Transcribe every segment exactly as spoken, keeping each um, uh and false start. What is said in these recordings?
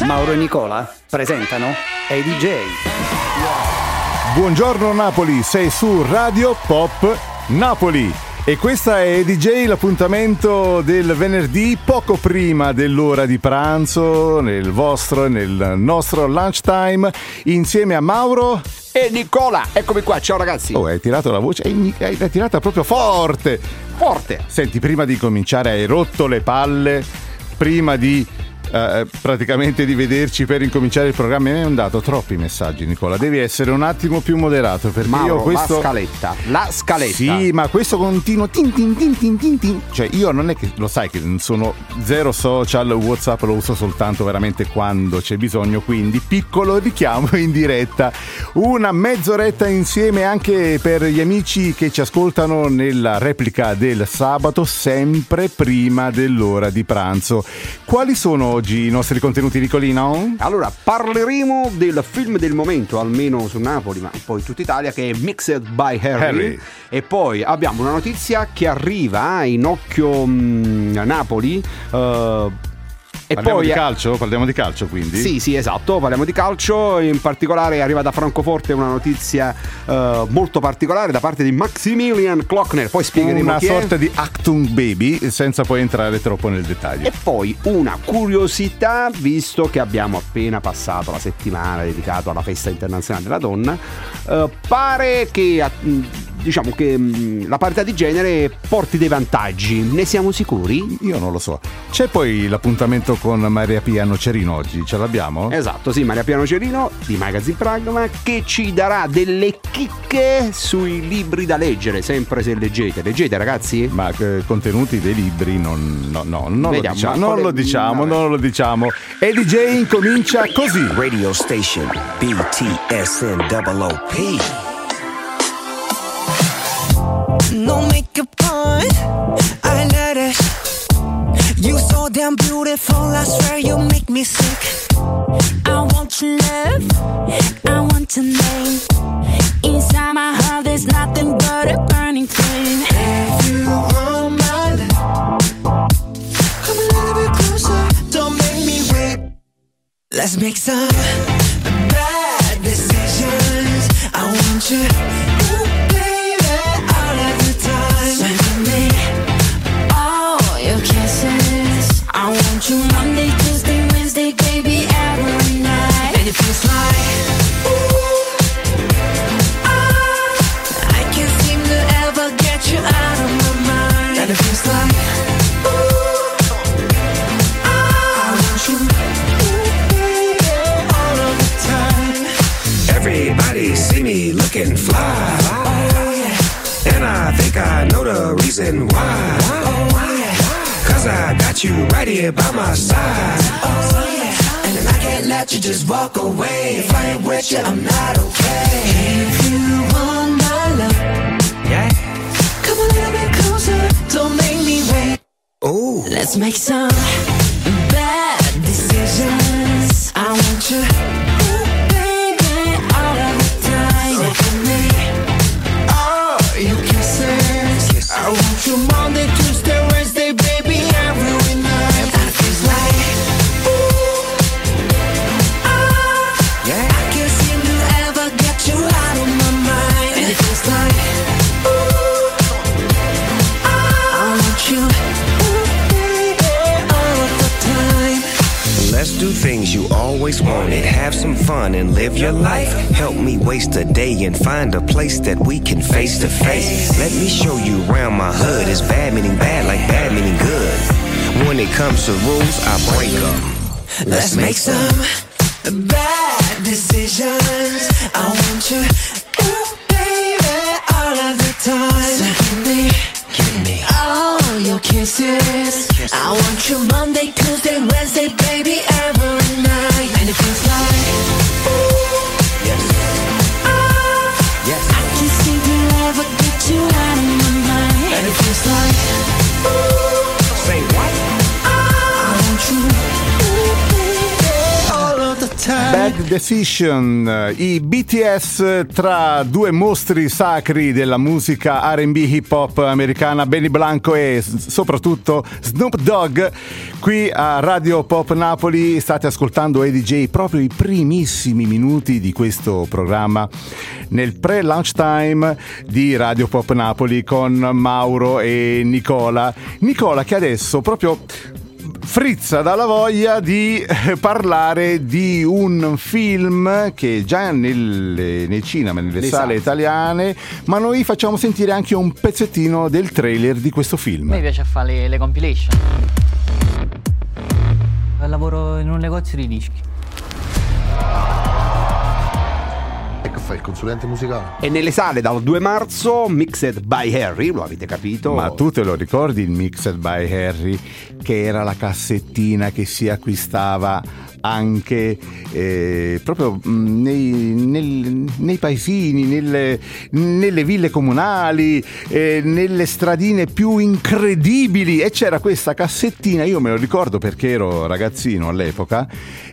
Mauro e Nicola presentano A D J. Buongiorno Napoli, sei su Radio Pop Napoli e questa è A D J, l'appuntamento del venerdì poco prima dell'ora di pranzo, nel vostro e nel nostro lunch time, insieme a Mauro e Nicola. Eccomi qua, ciao ragazzi. Oh, hai tirato la voce, hai, hai tirata proprio forte. Forte. Senti, prima di cominciare hai rotto le palle, prima di Uh, praticamente di vederci per incominciare il programma. Mi hai mandato troppi messaggi, Nicola, devi essere un attimo più moderato perché Mauro, io questo la scaletta la scaletta sì, ma questo continuo tin tin tin tin tin tin. Cioè io non è che lo sai che sono zero social, WhatsApp lo uso soltanto veramente quando c'è bisogno, quindi piccolo richiamo in diretta, una mezz'oretta insieme anche per gli amici che ci ascoltano nella replica del sabato, sempre prima dell'ora di pranzo. Quali sono oggi i nostri contenuti, Nicolino? Allora, parleremo del film del momento, almeno su Napoli, ma poi tutta Italia, che è Mixed by Harry. Harry. E poi abbiamo una notizia che arriva in occhio mh, a Napoli. Uh, E parliamo poi di calcio? Parliamo di calcio, quindi? Sì, sì, esatto, parliamo di calcio. In particolare arriva da Francoforte una notizia uh, molto particolare da parte di Maximilian Klockner. Poi spiegheremo una chi sorta è. di Actung Baby, senza poi entrare troppo nel dettaglio. E poi una curiosità, visto che abbiamo appena passato la settimana dedicata alla festa internazionale della donna, uh, pare che diciamo che mh, la parità di genere porti dei vantaggi. Ne siamo sicuri? Io non lo so. C'è poi l'appuntamento con Maria Pia Nocerino oggi, ce l'abbiamo? Esatto, sì, Maria Pia Nocerino di Magazine Pragma, che ci darà delle chicche sui libri da leggere, sempre se leggete. Leggete, ragazzi? Ma eh, contenuti dei libri non, no, no, non Vediamo, lo diciamo, non quale... lo diciamo, Vabbè. non lo diciamo. A D J incomincia così. Radio Station B T S N O O P. No makeup on, I let it. You so damn beautiful, I swear you make me sick. I want your love, I want your name. Inside my heart there's nothing but a burning flame. If you want my love, come a little bit closer, don't make me wait. Let's make some bad decisions. I want you. I want you Monday, Tuesday, Wednesday, baby, every night. And it feels like, ooh, ah, I can't seem to ever get you out of my mind. And it feels like, ooh, ah, I want you, ooh, baby, all of the time. Everybody see me looking fly, oh, yeah. And I think I know the reason why. Oh, why? Cause I got you right here by my side. Oh yeah. And I can't let you just walk away. If I ain't with you, I'm not okay. If you want my love, yeah, come a little bit closer, don't make me wait. Ooh, let's make some bad decisions. I want you, ooh, baby, all of the time. So for me, all your kisses, kisses. I want you Monday, Tuesday, Wednesday, baby, every night. And it feels like, ooh, ah, yeah. I can't seem to ever get you out of my mind. And it feels like, ooh, ah, I want you, ooh, baby, all of the time. Let's do things you always wanted. Have some fun and live your life. Help me waste a day and find a place that we can face to face. Let me show you around my hood. It's bad meaning bad like bad meaning good. When it comes to rules, I break them. Let's make some bad decisions. I want you, ooh, baby, all of the time. So give me, give me all your kisses. kisses. I want you Monday, Tuesday, Wednesday, baby, every night. And it feels like, ooh, yes, ah, yes. I can't seem to ever get you out of my mind. And it feels like, ooh, say what? I want you, ooh, baby, all of the time. Bad Bad Decision, i B T S tra due mostri sacri della musica R and B hip hop americana, Benny Blanco e s- soprattutto Snoop Dogg. Qui a Radio Pop Napoli state ascoltando A D J, proprio i primissimi minuti di questo programma nel pre-launch time di Radio Pop Napoli con Mauro e Nicola. Nicola che adesso proprio frizza dalla voglia di parlare di un film che già nelle, nei cinema, nelle esatto. sale italiane, ma noi facciamo sentire anche un pezzettino del trailer di questo film. A me piace fare le, le compilation. Lavoro in un negozio di dischi. E che fai, il consulente musicale? E nelle sale dal due marzo Mixed by Harry, lo avete capito? Ma tu te lo ricordi il Mixed by Harry, che era la cassettina che si acquistava anche eh, proprio mh, nei, nel, nei paesini, nelle, nelle ville comunali, eh, nelle stradine più incredibili, e c'era questa cassettina, io me lo ricordo perché ero ragazzino all'epoca,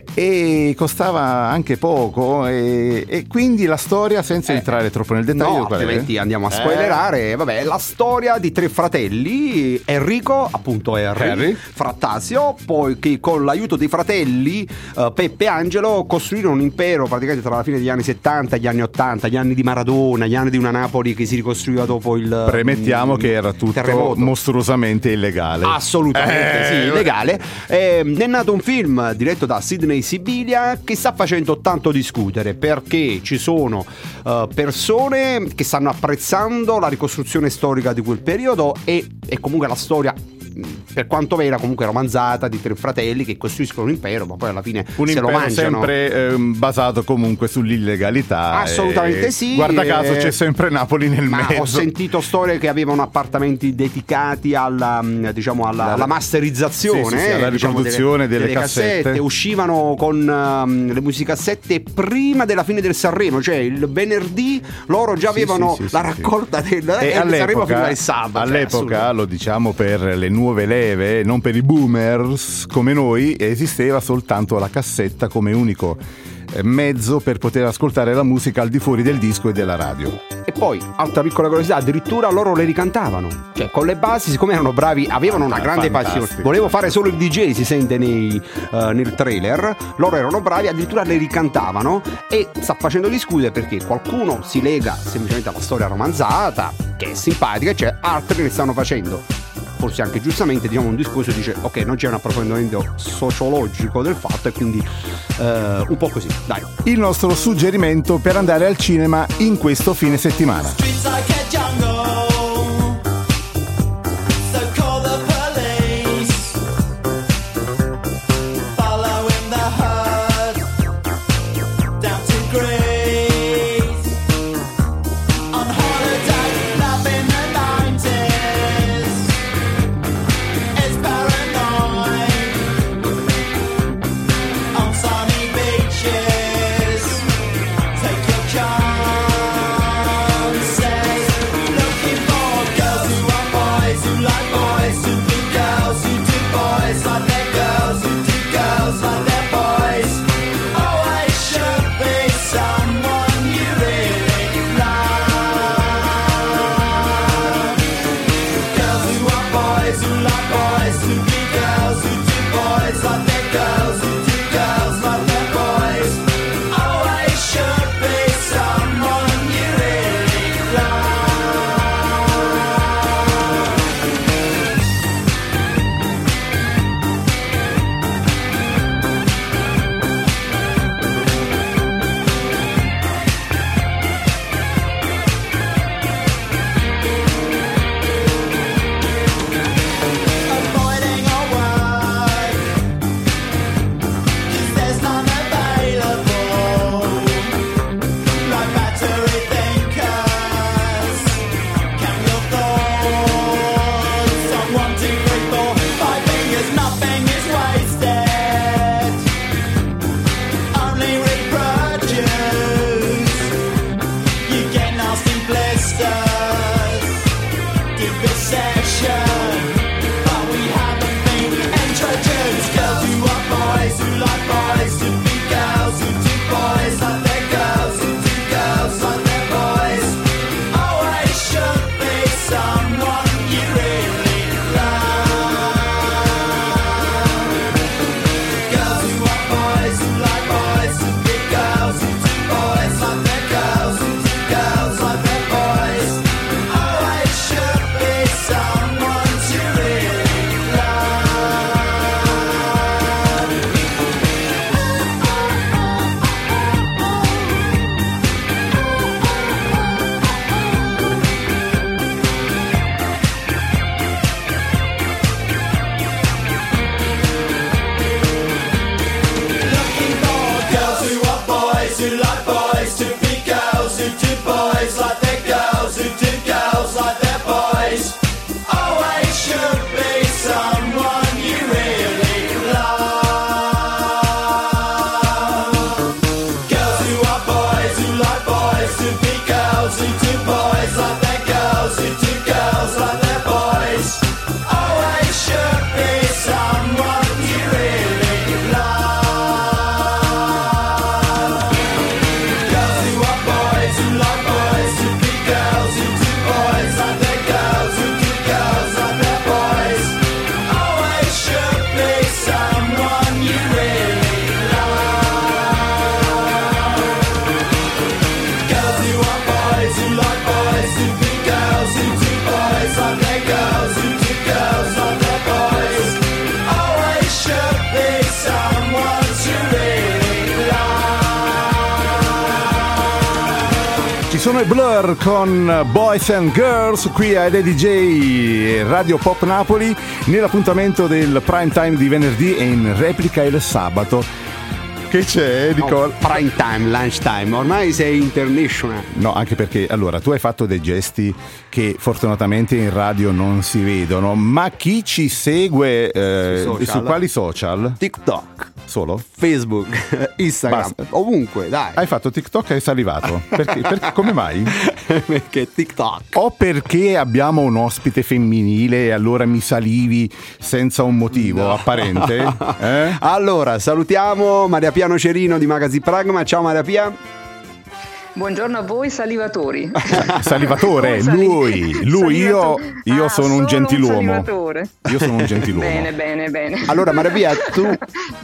e costava anche poco, e, e quindi la storia, senza eh, entrare troppo nel dettaglio, no, qual è? altrimenti andiamo a Eh. spoilerare. Vabbè, la storia di tre fratelli, Enrico, appunto Harry, Harry. Frattasio, poi che con l'aiuto dei fratelli uh, Peppe e Angelo costruirono un impero praticamente tra la fine degli anni settanta e gli anni ottanta, gli anni di Maradona, gli anni di una Napoli che si ricostruiva dopo il Premettiamo um, che era tutto terremoto. mostruosamente illegale. Assolutamente Eh, sì, illegale. Eh, è nato un film diretto da Sidney Sibilia che sta facendo tanto discutere, perché ci sono uh, persone che stanno apprezzando la ricostruzione storica di quel periodo e, e comunque la storia, per quanto vera, comunque romanzata, di tre fratelli che costruiscono un impero, ma poi alla fine un se lo impero mangiano. sempre ehm, basato comunque sull'illegalità. Assolutamente e sì. Guarda caso eh, c'è sempre Napoli nel ma mezzo. ho sentito storie che avevano appartamenti dedicati alla, mh, diciamo alla, La- alla masterizzazione, sì, sì, sì, alla eh, diciamo riproduzione delle cassette. Uscivano con um, le musicassette prima della fine del Sanremo, cioè il venerdì loro già Sì, avevano sì, sì, la sì, raccolta del E eh, Sanremo all'epoca, fino al sabato. cioè, all'epoca assurdo. lo diciamo per le nuove leve, non per i boomers come noi, esisteva soltanto la cassetta come unico eh, mezzo per poter ascoltare la musica al di fuori del disco e della radio. E poi, altra piccola curiosità, addirittura loro le ricantavano. Cioè, con le basi, siccome erano bravi, avevano una grande Fantastico. passione. Volevo fare solo il D J, si sente nei, uh, nel trailer. Loro erano bravi, addirittura le ricantavano. E sta facendo discutere perché qualcuno si lega semplicemente alla storia romanzata, che è simpatica, cioè altri ne stanno facendo, forse anche giustamente, diciamo, un discorso, dice ok, non c'è un approfondimento sociologico del fatto, e quindi eh, un po' così, dai. Il nostro suggerimento per andare al cinema in questo fine settimana. Streets like a jungle, so call the police. Following the herd down to Greece. On holiday, love in the nineties. It's paranoid. On sunny beaches, take your chances. Sono i Blur con Boys and Girls qui a D J Radio Pop Napoli nell'appuntamento del prime time di venerdì e in replica il sabato. Che c'è, Nicole? Oh, prime time, lunch time, ormai sei international. No, anche perché allora tu hai fatto dei gesti che fortunatamente in radio non si vedono, ma chi ci segue eh, su, su quali social? TikTok. Solo? Facebook, Instagram, Basta. ovunque, dai. Hai fatto TikTok e hai salivato. Perché, perché, come mai? Perché TikTok. O perché abbiamo un ospite femminile e allora mi salivi senza un motivo no. apparente? Eh? Allora, salutiamo Maria Pia Nocerino di Magazine Pragma. Ciao Maria Pia. Buongiorno a voi salivatori. Salivatore, lui, lui io, io ah, sono un gentiluomo. Un io sono un gentiluomo. Bene, bene, bene. Allora Maria Pia, tu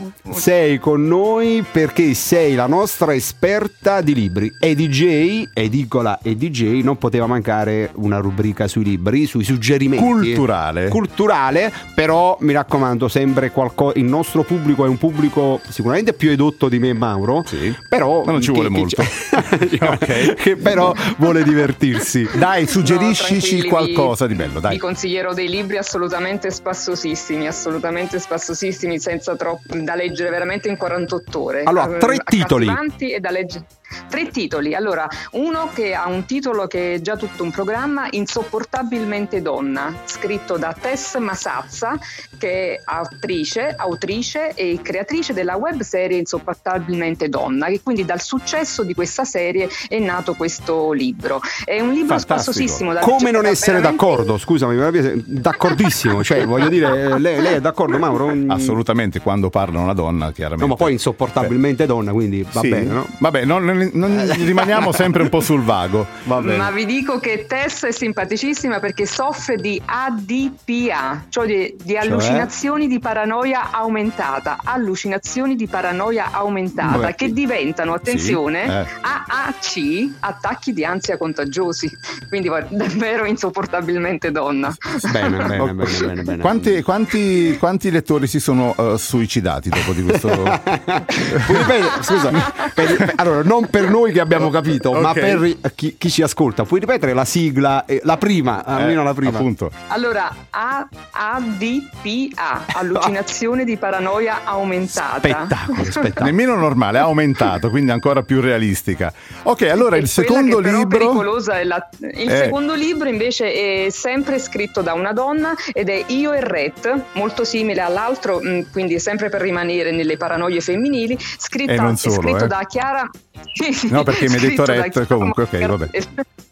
sei con noi perché sei la nostra esperta di libri. E D J, edicola e D J, non poteva mancare una rubrica sui libri, sui suggerimenti. Culturale. Culturale, però mi raccomando, sempre qualcosa. Il nostro pubblico è un pubblico sicuramente più edotto di me e Mauro. Sì. Però ma non ci che, vuole molto. Che, okay. Che però vuole divertirsi. Dai, suggeriscici no, qualcosa di bello, dai. Vi consiglierò dei libri assolutamente spassosissimi, assolutamente spassosissimi, senza troppo da leggere veramente in quarantotto ore. Allora, tre titoli. E da leggere. Tre titoli. Allora, uno che ha un titolo che è già tutto un programma, Insopportabilmente donna, scritto da Tess Masazza, che è attrice, autrice e creatrice della web serie Insopportabilmente donna, che quindi dal successo di questa serie è nato questo libro. È un libro spassosissimo. Come non essere veramente... d'accordo? Scusami, d'accordissimo. Cioè, voglio dire, lei, lei è d'accordo, Mauro? Assolutamente, quando parla una donna, chiaramente. No, ma poi insopportabilmente Beh. donna, quindi va sì. bene, no? Vabbè, non Non rimaniamo sempre un po' sul vago. Va bene. Ma vi dico che Tess è simpaticissima perché soffre di A D P A, cioè di, di allucinazioni cioè? di paranoia aumentata, allucinazioni di paranoia aumentata. Vabbè. Che diventano, attenzione, sì. eh. A A C, attacchi di ansia contagiosi. Quindi davvero insopportabilmente donna. Bene, bene, bene, bene, bene. Quanti, quanti, quanti lettori si sono uh, suicidati dopo di questo? Scusa, per, per, allora non per noi che abbiamo capito, okay. ma per chi, chi ci ascolta, puoi ripetere la sigla, eh, la prima, eh, almeno la prima. Appunto. Allora, A D P A, allucinazione di paranoia aumentata. Spettacolo, spettacolo. Nemmeno normale, ha aumentato, quindi ancora più realistica. Ok, allora e il secondo che libro. Pericolosa è la... Il eh. secondo libro invece è sempre scritto da una donna ed è Io e Ret, molto simile all'altro, quindi sempre per rimanere nelle paranoie femminili, scritta, e non solo, scritto eh. da Chiara. No, perché mi hai detto Ret comunque, ok, vabbè.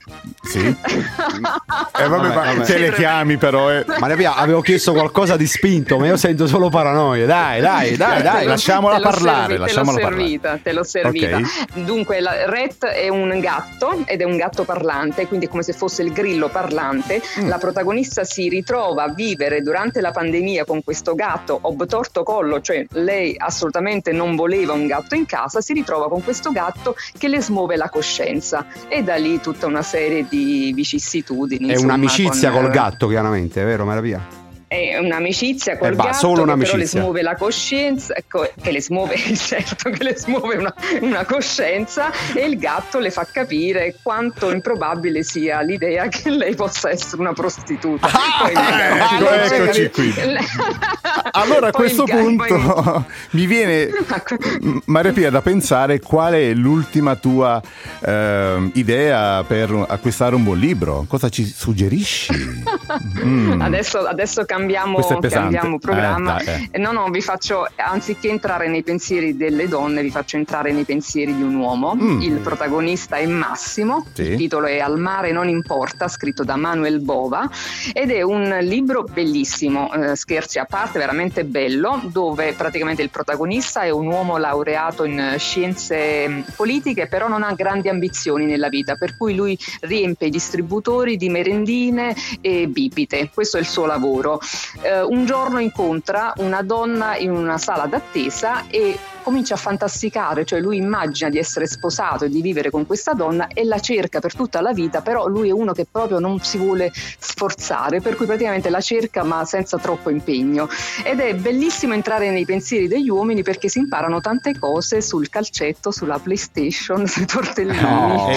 Sì. E eh, vabbè, Vabbè, vabbè. te le chiami però. Eh. Maria Pia, avevo chiesto qualcosa di spinto, ma io sento solo paranoia. Dai, dai, dai, dai. Te lo- lasciamola te l'ho parlare, servi- lasciamola te l'ho parlare. servita, te l'ho servita. Ok. Dunque, la Ret è un gatto ed è un gatto parlante, quindi è come se fosse il grillo parlante. Mm. La protagonista si ritrova a vivere durante la pandemia con questo gatto obtorto collo, cioè lei assolutamente non voleva un gatto in casa, si ritrova con questo gatto che le smuove la coscienza e da lì tutta una serie di vicissitudini. È insomma, un'amicizia con, col eh, gatto, chiaramente, è vero, Maria Pia? È un'amicizia col Eh, va, gatto solo che però un'amicizia. le smuove la coscienza, ecco, che le smuove, certo che le smuove una, una coscienza, e il gatto le fa capire quanto improbabile sia l'idea che lei possa essere una prostituta. Poi il gatto- ecco, eccoci qui. Allora a Poi questo il gatto- punto poi- mi viene, m- Maria Pia, da pensare qual è l'ultima tua ehm, idea per acquistare un buon libro. Cosa ci suggerisci? Mm. Adesso, adesso cambiamo, Questo è pesante. cambiamo programma. Eh, dai, Eh, No, no, vi faccio, anziché entrare nei pensieri delle donne, vi faccio entrare nei pensieri di un uomo. Mm. Il protagonista è Massimo, Sì. il titolo è Al mare non importa, scritto da Manuel Bova, ed è un libro bellissimo, eh, scherzi a parte, veramente bello, dove praticamente il protagonista è un uomo laureato in scienze mh, politiche, però non ha grandi ambizioni nella vita, per cui lui riempie i distributori di merendine e bibite. Questo è il suo lavoro. Eh, un giorno incontra una donna in una sala d'attesa e comincia a fantasticare, cioè lui immagina di essere sposato e di vivere con questa donna e la cerca per tutta la vita, però lui è uno che proprio non si vuole sforzare, per cui praticamente la cerca ma senza troppo impegno. Ed è bellissimo entrare nei pensieri degli uomini perché si imparano tante cose sul calcetto, sulla PlayStation, sui tortellini. No.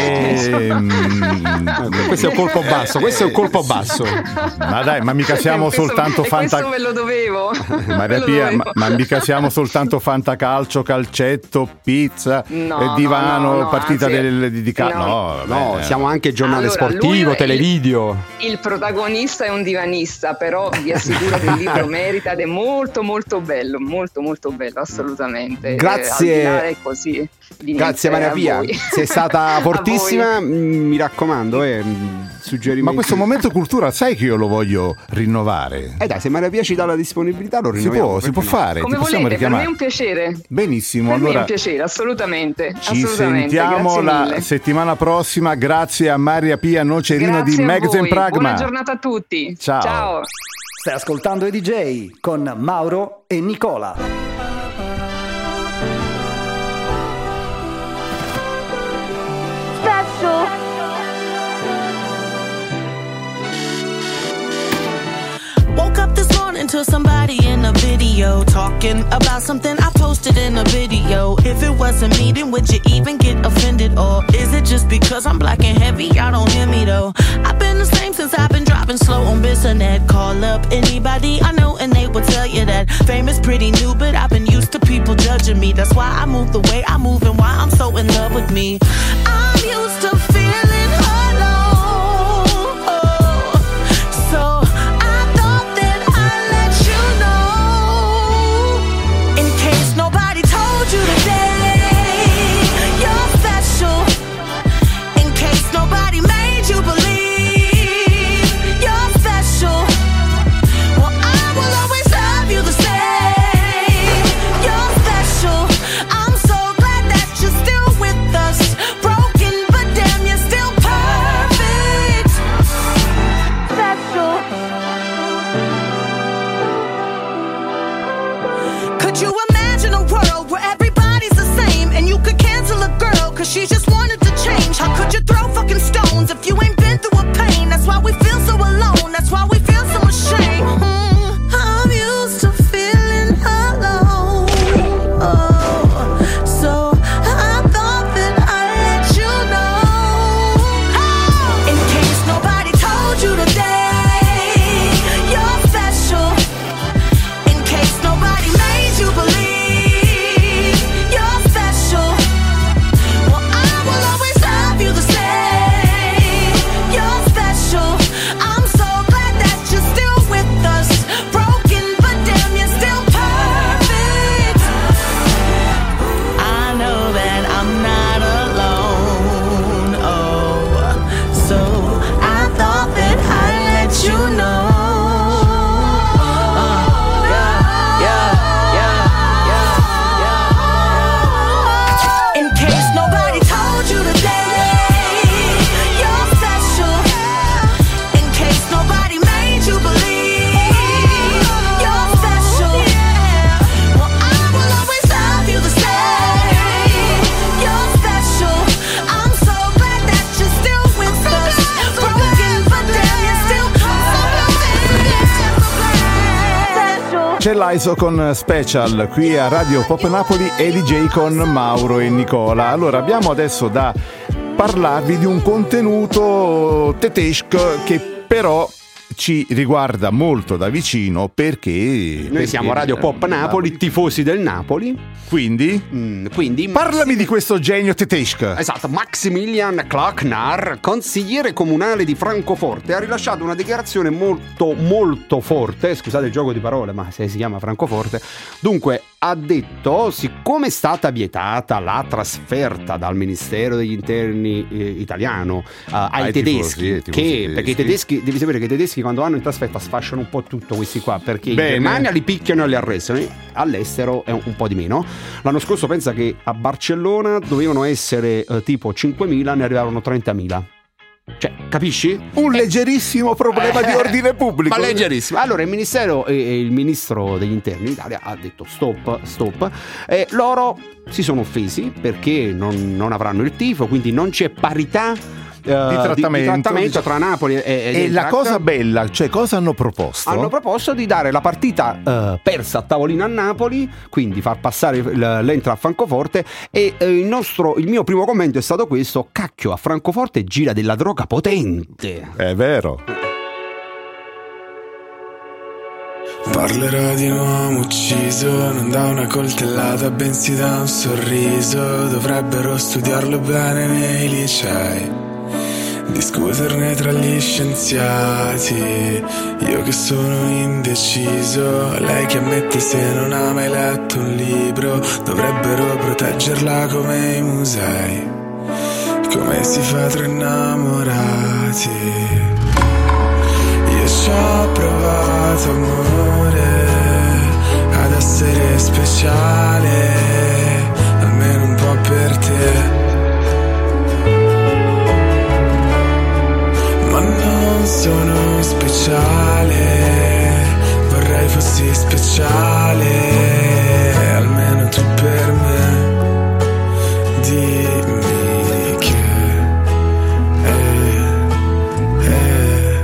Ehm, Questo è un colpo basso, questo è un colpo basso. Ma dai, ma mica siamo Questo- soltanto e fanta... questo me lo dovevo. Maria Me lo Pia, dovevo. ma, ma mica siamo soltanto fantacalcio, calcetto, pizza, No, eh, divano, no, no, partita anzi, del, di, di ca- no. no, vabbè. No, siamo anche giornale Allora, lui sportivo, è- televideo. Il protagonista è un divanista, però vi assicuro che il libro merita ed è molto molto bello, molto molto bello, assolutamente. Grazie. Eh, al di là è così. di Grazie niente, Maria Pia, a voi. sei stata A fortissima, voi. mm, mi raccomando, eh, suggerimenti. Ma questo momento cultura sai che io lo voglio rinnovare? Eh dai, se Maria Pia ci dà la disponibilità lo Si rinnoviamo. può, si perché può no? fare, Come ti possiamo volete, per me è richiamare. un piacere. Benissimo, Per me è allora un piacere, assolutamente. ci assolutamente. sentiamo Grazie la mille. settimana prossima. Grazie a Maria Pia Nocerino Grazie di a Magazine voi. Pragma. Buona giornata a tutti. Ciao. Ciao. Stai ascoltando i D J con Mauro e Nicola. Woke up this morning to somebody in a video talking about something I posted in a video. If it wasn't me, then would you even get offended? Or is it just because I'm black and heavy? Y'all don't hear me though. I've been the same since I've been dropping slow on Bissonnet. Call up anybody I know and they will tell you that fame is pretty new, but I've been used to people judging me. That's why I move the way I move and why I'm so in love with me. I'm used to feeling alone. So nobody told you today you're special. In case nobody made you believe you're special. Well, I will always love you the same. You're special. I'm so glad that you're still with us. Broken, but damn, you're still c'è l'I S O con Special qui a Radio Pop Napoli e D J con Mauro e Nicola. Allora abbiamo adesso da parlarvi di un contenuto tedesco che però ci riguarda molto da vicino perché noi perché siamo Radio Pop Napoli, tifosi del Napoli. Quindi, mm, quindi parlami di questo genio tedesco. Esatto, Maximilian Klockner, consigliere comunale di Francoforte, ha rilasciato una dichiarazione molto molto forte, scusate il gioco di parole, ma se si chiama Francoforte. Dunque, ha detto, siccome è stata vietata la trasferta dal Ministero degli Interni eh, italiano uh, ai, ai tedeschi, tifosi, che, tifosi perché i tedeschi, devi sapere che i tedeschi quando vanno in trasferta sfasciano un po' tutto questi qua, perché Bene. in Germania li picchiano e li arrestano, all'estero è un, un po' di meno. L'anno scorso pensa che a Barcellona dovevano essere eh, tipo cinquemila, ne arrivarono trentamila. Cioè, capisci? Un leggerissimo problema eh, di ordine pubblico. Ma leggerissimo. Allora il Ministero e, e il Ministro degli Interni d'Italia ha detto stop, stop. E loro si sono offesi perché non, non avranno il tifo, quindi non c'è parità di trattamento, di, di trattamento tra Napoli e, e, e la cosa bella, cioè cosa hanno proposto? Hanno proposto di dare la partita uh, persa a tavolino a Napoli, quindi far passare l'entra a Francoforte e uh, il nostro il mio primo commento è stato questo: cacchio, a Francoforte gira della droga potente. È vero. Parlerò di un uomo ucciso non da una coltellata bensì da un sorriso. Dovrebbero studiarlo bene nei licei, discuterne tra gli scienziati. Io che sono indeciso, lei che ammette se non ha mai letto un libro. Dovrebbero proteggerla come i musei, come si fa tra innamorati. Io ci ho provato amore ad essere speciale, almeno un po' per te. Ma non sono speciale, vorrei fossi speciale, almeno tu per me. Dimmi che eh, eh.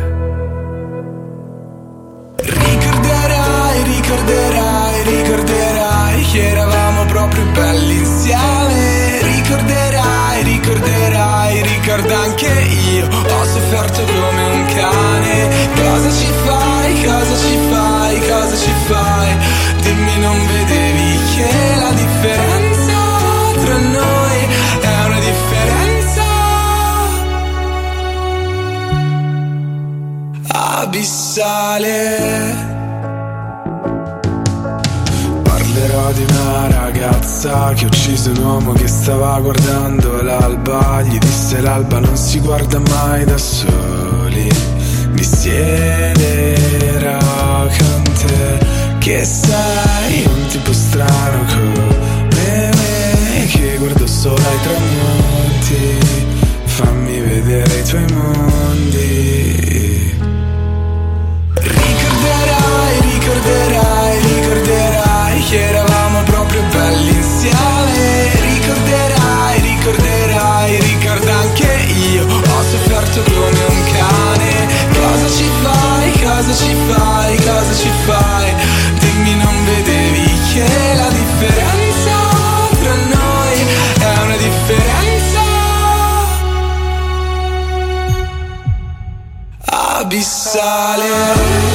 Ricorderai, ricorderai, ricorderai che eravamo proprio belli insieme. Ricorderai, ricorderai, ricorda anche io, ho sofferto come un cane. Cosa ci fai, cosa ci fai, cosa ci fai? Dimmi, non vedevi che la differenza tra noi è una differenza abissale. Parlerò di una ragazza che ha ucciso un uomo che stava guardando l'alba. Gli disse l'alba non si guarda mai da soli. Mi siederò con te, che sei un tipo strano come me, che guardo solo ai tramonti. Fammi vedere i tuoi mondi. Ricorderai, ricorderai, ricorderai che eravamo proprio belli insieme. Ricorderai, ricorderai, ricorda anche io, ho sofferto come un cane. Cosa ci fai, cosa ci fai, cosa ci fai? Dimmi, non vedevi che la differenza tra noi è una differenza abissale.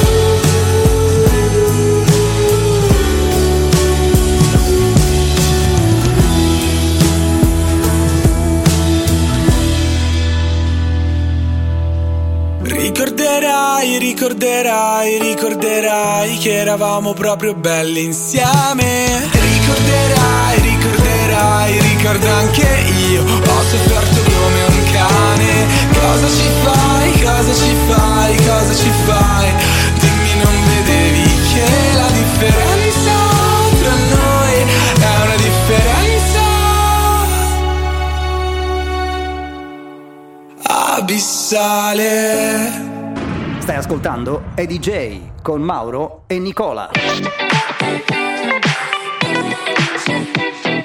Ricorderai, ricorderai, ricorderai che eravamo proprio belli insieme. Ricorderai, ricorderai, ricorda anche io, ho sofferto come un cane. Cosa ci fai, cosa ci fai, cosa ci fai? Dimmi, non vedevi che la differenza tra noi è una differenza abissale. Stai ascoltando E D J con Mauro e Nicola.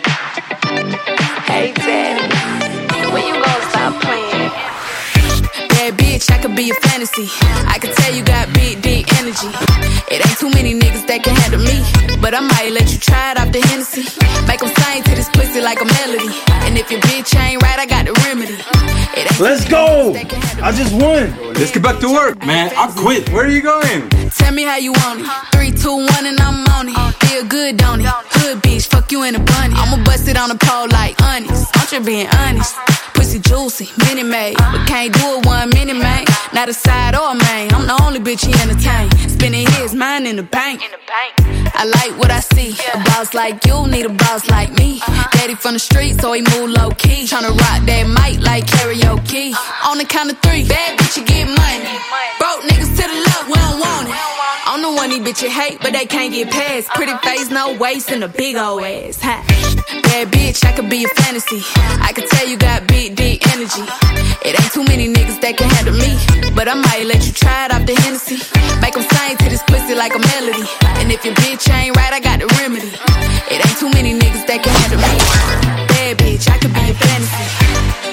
Hey Daddy, when you gonna stop playing? Bad bitch, I could be a fantasy. I can tell you got big, deep energy. It ain't too many niggas that can handle me, but I might let you try it off the Hennessy. Make them sing to this pussy like a melody. And if your bitch ain't right, I got the remedy. Let's go! I just won. Let's get back to work, man. I quit. Where are you going? Tell me how you want it. Three, two, one, and I'm on it. Feel good, don't it? Hood bitch, fuck you in a bunny. I'ma bust it on the pole like honest. I'm just being honest. Pussy juicy, mini made, but can't do it one minute, man. Not a side or a main. I'm the only bitch he entertain. Spending his mind in the bank. I like what I see. A boss like you need a boss like me. Daddy from the street, so he move low key. Tryna rock that mic like karaoke. On the count of three, bad bitch, you get money. Broke niggas to the left, we don't want it. I'm the one these bitches hate, but they can't get past. Pretty face, no waist, and a big old ass. Ha. Bad bitch, I could be a fantasy. I can tell you got big, deep energy. It ain't too many niggas that can handle me, but I might let you try it off the Hennessy. Make them sing to this pussy like a melody. And if your bitch ain't right, I got the remedy. It ain't too many niggas that can handle me. Bad bitch, I could be a fantasy.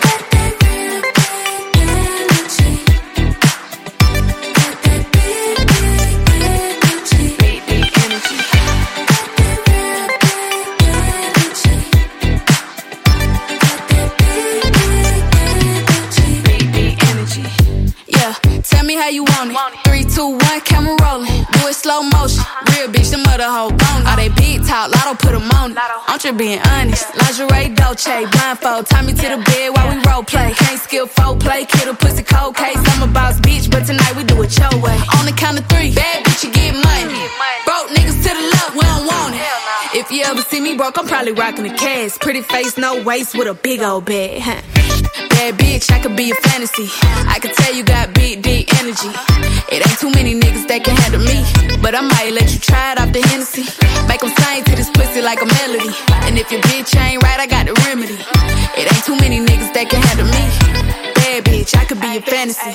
Tell me how you want it. Three, two, one, camera rolling. Do it slow motion. Real bitch, the mother hoe bone. All they big talk, lotto put them on it. I'm just being honest. Lingerie, Dolce, blindfold. Tie me to the bed while we role play. Can't skill folk play. Kid a pussy cold case. I'm a boss bitch, but tonight we do it your way. On the count of three, bad bitch, you get money. Broke niggas to the left, we don't want it. If you ever see me broke, I'm probably rocking a cast. Pretty face, no waist, with a big old bag. Huh? Bad bitch, I could be a fantasy. I can tell you got big, deep energy. It ain't too many niggas that can handle me, but I might let you try it off the Hennessy. Make them sing to this pussy like a melody. And if your bitch ain't right, I got the remedy. It ain't too many niggas that can handle me. Bad bitch, I could be a fantasy.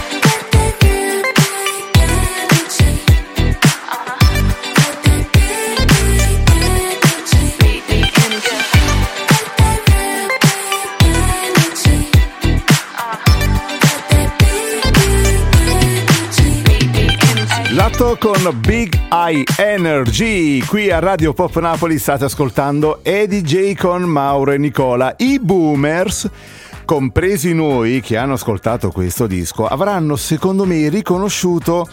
Lato con Big Eye Energy. Qui a Radio Pop Napoli state ascoltando E D J con Mauro e Nicola. I boomers, compresi noi che hanno ascoltato questo disco, avranno secondo me riconosciuto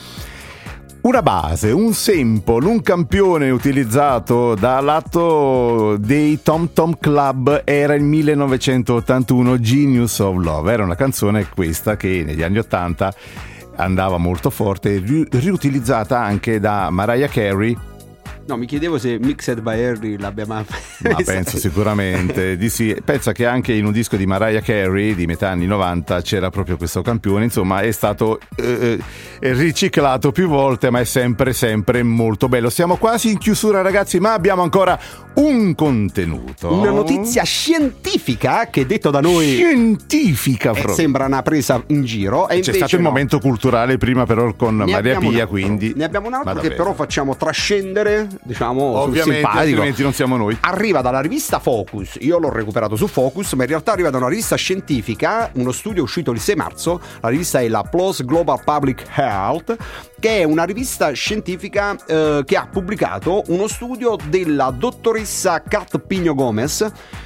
una base, un sample, un campione utilizzato da lato dei Tom Tom Club. Era il millenovecentottantuno, Genius of Love. Era una canzone questa che negli anni ottanta andava molto forte, ri- riutilizzata anche da Mariah Carey. No, mi chiedevo se Mixed by Harry l'abbia mai Ma penso sicuramente di sì. Pensa che anche in un disco di Mariah Carey di metà anni novanta c'era proprio questo campione. Insomma, è stato eh, riciclato più volte, ma è sempre sempre molto bello. Siamo quasi in chiusura, ragazzi, ma abbiamo ancora un contenuto. Una notizia scientifica che, detto da noi, scientifica eh, sembra una presa in giro. E c'è stato il no. momento culturale prima però con ne Maria Pia, un quindi ne abbiamo un altro che però facciamo trascendere, diciamo, ovviamente, sul simpatico. altrimenti non siamo noi. Arriva dalla rivista Focus. Io l'ho recuperato su Focus, ma in realtà arriva da una rivista scientifica, uno studio uscito il sei marzo. La rivista è la P L O S Global Public Health, che è una rivista scientifica eh, che ha pubblicato uno studio della dottoressa Kat Pigno Gomez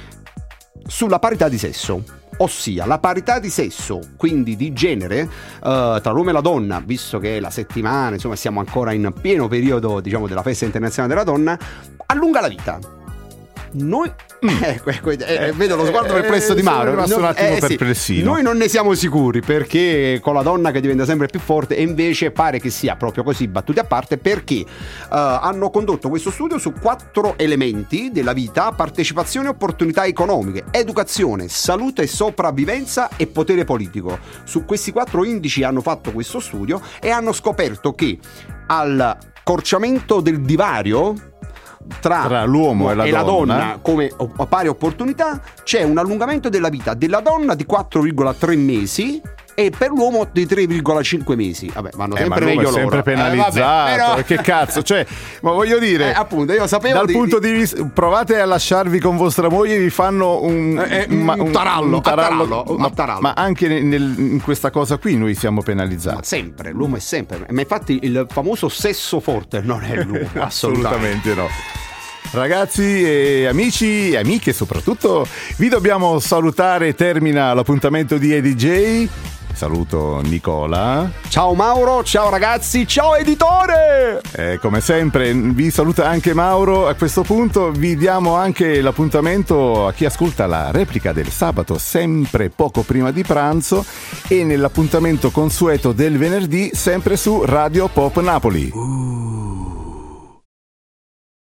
sulla parità di sesso. Ossia la parità di sesso, quindi di genere, uh, tra l'uomo e la donna, visto che è la settimana, insomma siamo ancora in pieno periodo, diciamo, della festa internazionale della donna, allunga la vita. Noi mm. eh, eh, vedo lo sguardo perplesso eh, di Mauro, no, un attimo eh, perplessino. Sì. Noi non ne siamo sicuri, perché con la donna che diventa sempre più forte, e invece pare che sia proprio così, battute a parte, perché uh, hanno condotto questo studio su quattro elementi della vita: partecipazione e opportunità economiche, educazione, salute e sopravvivenza e potere politico. Su questi quattro indici hanno fatto questo studio e hanno scoperto che al accorciamento del divario Tra, tra l'uomo e la, e donna. la donna come pari opportunità c'è un allungamento della vita della donna di quattro virgola tre mesi e per l'uomo di tre virgola cinque mesi. Vabbè, vanno eh, sempre ma meglio è sempre loro. penalizzato. Eh, vabbè, però... Che cazzo, cioè, ma voglio dire, eh, appunto, io sapevo dal di, punto di... di vista, provate a lasciarvi con vostra moglie, vi fanno un, eh, un, un, un tarallo, un tarallo, tarallo, ma, tarallo. ma anche nel, in questa cosa qui noi siamo penalizzati. Ma sempre, l'uomo è sempre. Ma infatti il famoso sesso forte non è l'uomo, assolutamente. Assolutamente no. Ragazzi e amici e amiche soprattutto, vi dobbiamo salutare. Termina l'appuntamento di E D J. Saluto Nicola. Ciao Mauro, ciao ragazzi, ciao editore. Eh, come sempre vi saluta anche Mauro. A questo punto vi diamo anche l'appuntamento a chi ascolta la replica del sabato, sempre poco prima di pranzo, e nell'appuntamento consueto del venerdì, sempre su Radio Pop Napoli. Uh.